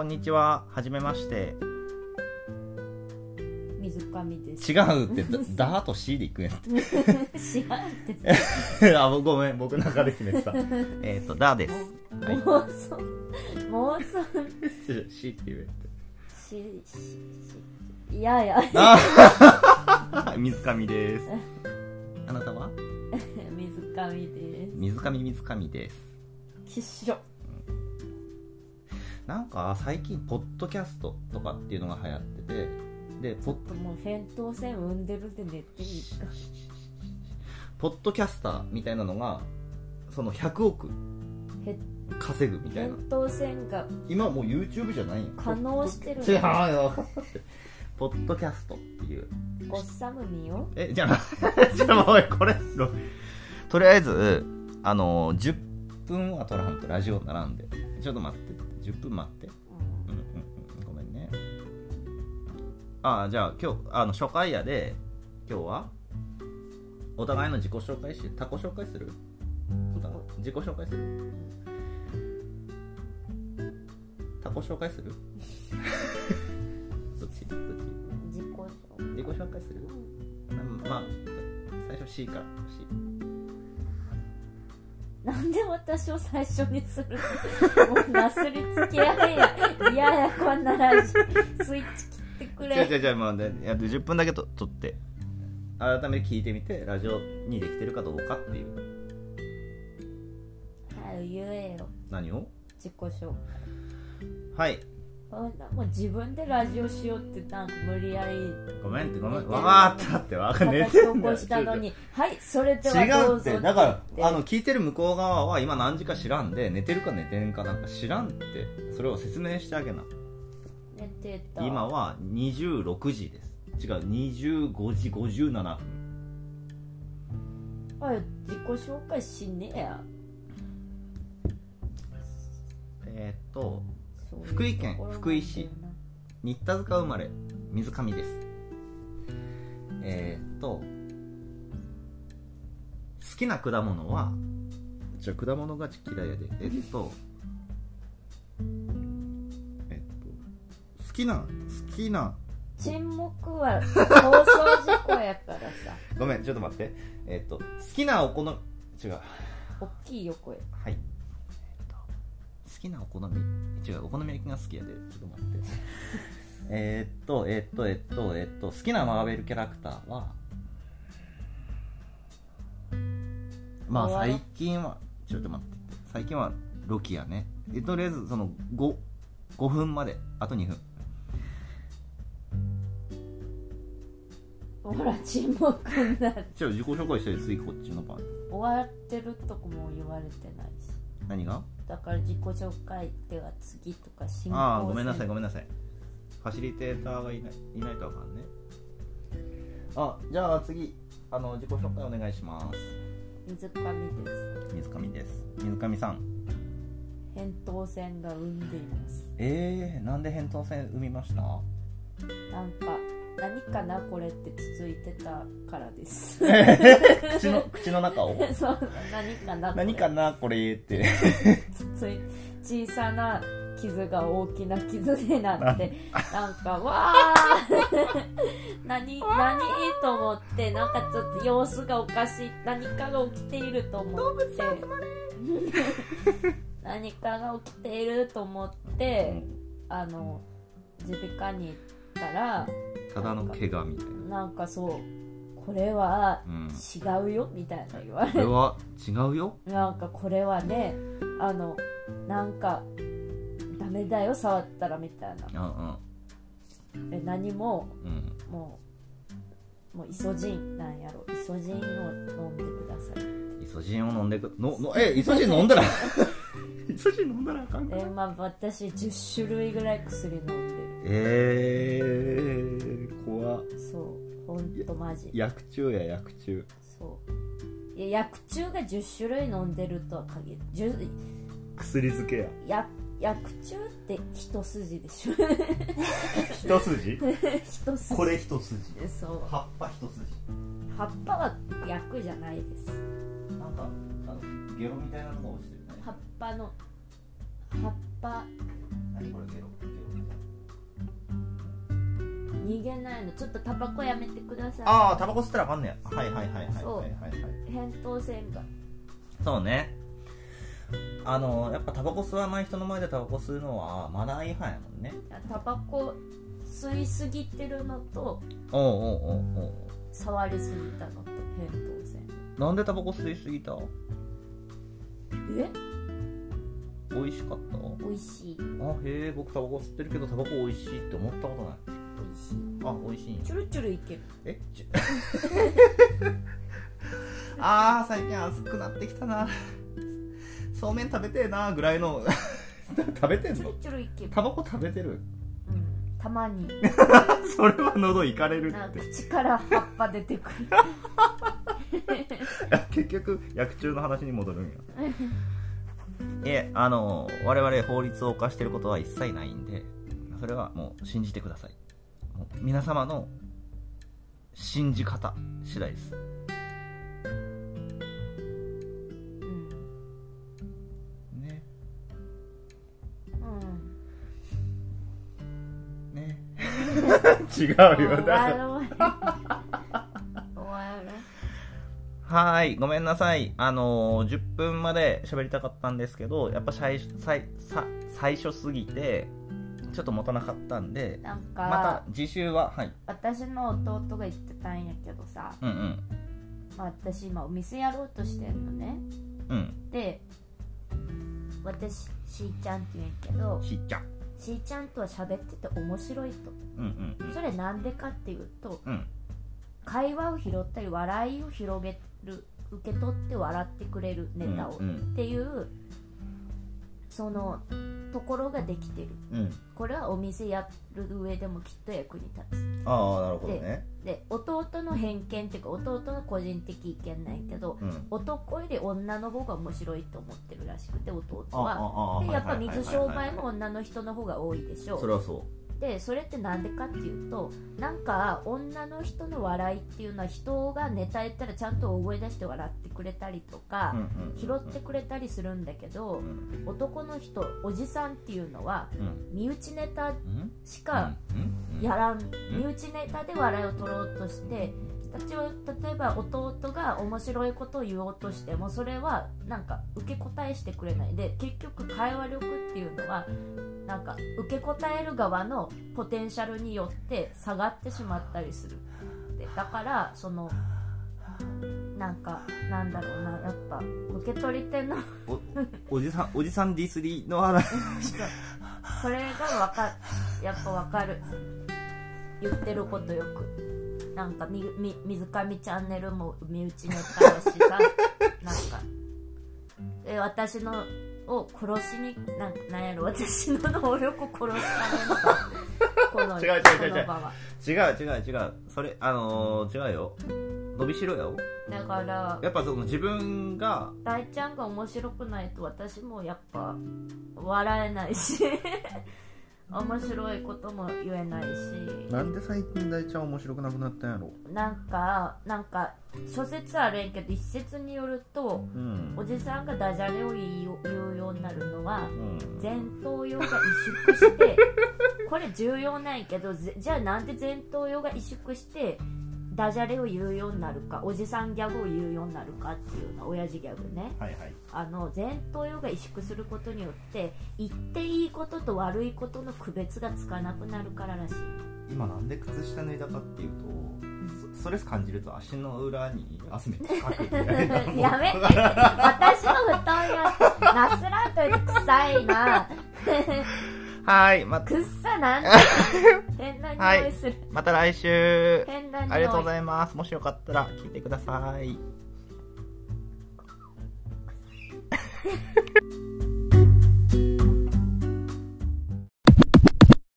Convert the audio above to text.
んにちは。はじめまして。 水上です。 違うってだと C でいくやん。 知らんってあ、ごめん、僕の中で決めてた。だです。 妄想 C って言えって。 いやいや。 水上です。あなたは？ 水上です。 水上です。 きっしょ。 なんか最近ポッドキャストとかっていうのが流行ってて、でもう扁桃腺生んでるで寝ていいか。 ポッドキャスターみたいなのがその100億稼ぐみたいな。 扁桃腺が今はもう YouTube じゃないんや。 可能してる。 分かったって。ポッドキャストっていう。 ゴッサムミよ。 じゃあもうこれとりあえず10分は取らんとラジオ並んで、ちょっと待って。10分待って、ごめんね。じゃあ今日初回やで、今日はお互いの自己紹介して他己紹介する？自己紹介する？他己紹介する？どっち？ 自己紹介する？まあ最初 C から C。 なんで私を最初にするの？もうなすりつけやれや。いやや、こんなラジオスイッチ切ってくれ。 じゃあもうね、10分だけ撮って改めて聞いてみて、ラジオにできてるかどうかっていう。 はい、言えよ。 何を？ 自己紹介。 はい。 もう自分でラジオしようってなんか無理やり。 ごめん分かったって分かんない。 投稿したのに、はい、それではどうぞって。 違うって、だから聞いてる向こう側は今何時か知らんで、寝てるか寝てんかなんか知らんって、それを説明してあげな。 寝てた。 今は26時です。違う、25時57分。 自己紹介しねえや。 福井県福井市新田塚生まれ水上です。好きな果物は、じゃあ果物が嫌いやで。好きな沈黙は放送事故やからさ。 ごめん、ちょっと待って。好きなお好み、違う、 大きい横へ。 はい。好きなお好み、違う、お好み焼きが好きやで。ちょっと待って。好きなマーベルキャラクターは、まあ最近はちょっと待って、最近はロキやね。とりあえずその5分まで、あと2分。 ほら沈黙になる。 自己紹介してる。次こっちの番。 終わってるとこも言われてないし。 何が？ だから自己紹介では次とか進行。 ごめんなさい。ファシリテーターがいないとあかんね。じゃあ次自己紹介お願いします。 水上です。 水上さん。 扁桃腺が生んでいます。 なんで扁桃腺生みました？ なんか何かなこれってつついてたからです。 口の中をそう何かなこれって小さな傷が大きな傷になってなんかわー何と思って、なんかちょっと様子がおかしい、何かが起きていると思って、動物さん集まれ何かが起きていると思って耳鼻科に行ったら、 ただの怪我みたいな。 なんかそう、これは違うよみたいな言われて、 これは違うよ、 なんかこれはねなんかダメだよ触ったらみたいな。何も、もうイソジンなんやろ、イソジンを飲んでください。イソジンを飲んでイソジン飲んだらイソジン飲んだらあかんか。 私10種類ぐらい薬飲んでる。怖っ。 そう、ほんとマジ薬中や薬中。 そう、いや薬中が10種類飲んでるとは限る。 薬漬けや。 薬中って一筋でしょ。 一筋これ一筋。 そう、 葉っぱ一筋。 葉っぱは薬じゃないです。 なんかゲロみたいなのが落ちてるね。 葉っぱ。 何これゲロげないの。ちょっとタバコやめてください。 ああタバコ吸ったらあかんねや。はいはいはいはいはいはいはい。 扁桃腺が。 そうね。やっぱタバコ吸わない人の前でタバコ吸うのはマナー違反やもんね。 タバコ吸いすぎてるのとおうおうおうおう。 触りすぎたのと扁桃腺。 なんでタバコ吸いすぎた？ え？ 美味しかった？ 美味しい。 あ、へえ、僕タバコ吸ってるけどタバコ美味しいって思ったことない。 美味しい。 あ、美味しいんや。 チュルチュルいける。 あー最近暑くなってきたな。そうめん食べてえなぐらいの食べてんの？ チュルチュルいける。 タバコ食べてる？ うん、たまに。 それは喉いかれるって。 口から葉っぱ出てくる。 結局薬中の話に戻るんや。いえ、我々法律を犯してることは一切ないんで、それはもう信じてください。もう皆様の信じ方次第です。ね。ね。違うよ。だからはい、ごめんなさい。10分まで喋りたかったんですけど、やっぱ最初すぎてちょっと持たなかったんで、 なんかまた次週は、はい、 私の弟が言ってたんやけどさ、 うんうん、 まあ、私今お店やろうとしてんのね、 うん、 で私しーちゃんって言うんやけど、 しーちゃんとは喋ってて面白いと、 うんうんうん、 それなんでかっていうと、 うん、 会話を拾ったり笑いを広げる、受け取って笑ってくれるネタを、っていうそのところができてる、これはお店やる上でもきっと役に立つ。 ああなるほどね。で弟の偏見っていうか弟の個人的意見ないけど、男より女の方が面白いと思ってるらしくて、弟は。でやっぱ水商売も女の人の方が多いでしょう。 それはそう。 でそれってなんでかっていうと、なんか女の人の笑いっていうのは人がネタ言ったらちゃんと大声出して笑ってくれたりとか、拾ってくれたりするんだけど、男の人おじさんっていうのは、身内ネタしかやらん、身内ネタで笑いを取ろうとして、例えば弟が面白いことを言おうとしてもそれはなんか受け答えしてくれないで、結局会話力っていうのはなんか受け答える側のポテンシャルによって下がってしまったりする。でだからそのなんかなんだろうな、やっぱ受け取り手のおじさんディスりの話それがやっぱ分かる、言ってることよく。なんか水上チャンネルも身内ネタだしさなんか私のを殺しになんやろ、私の能力を殺すためのこの違うそれ違うよ、伸びしろよ。 だからやっぱその自分が大ちゃんが面白くないと私もやっぱ笑えないし面白いことも言えないし。 なんで最近大ちゃん面白くなくなったんやろ。なんか諸説あるんやけど、一説によると、おじさんがダジャレを言うようになるのは、前頭葉が萎縮してこれ重要なんやけど、じゃあなんで前頭葉が萎縮してダジャレを言うようになるか、おじさんギャグを言うようになるかっていうのは親父ギャグね、はいはい、前頭葉が萎縮することによって言っていいことと悪いことの区別がつかなくなるかららしい。 今なんで靴下脱いだかっていうと、ストレス感じると足の裏に汗めっちゃかくみたいなやめて私の布団やなすらんといて臭いなはい、 くっさなんて変な匂いする、はい、 また来週変な匂い。 ありがとうございます。もしよかったら聞いてください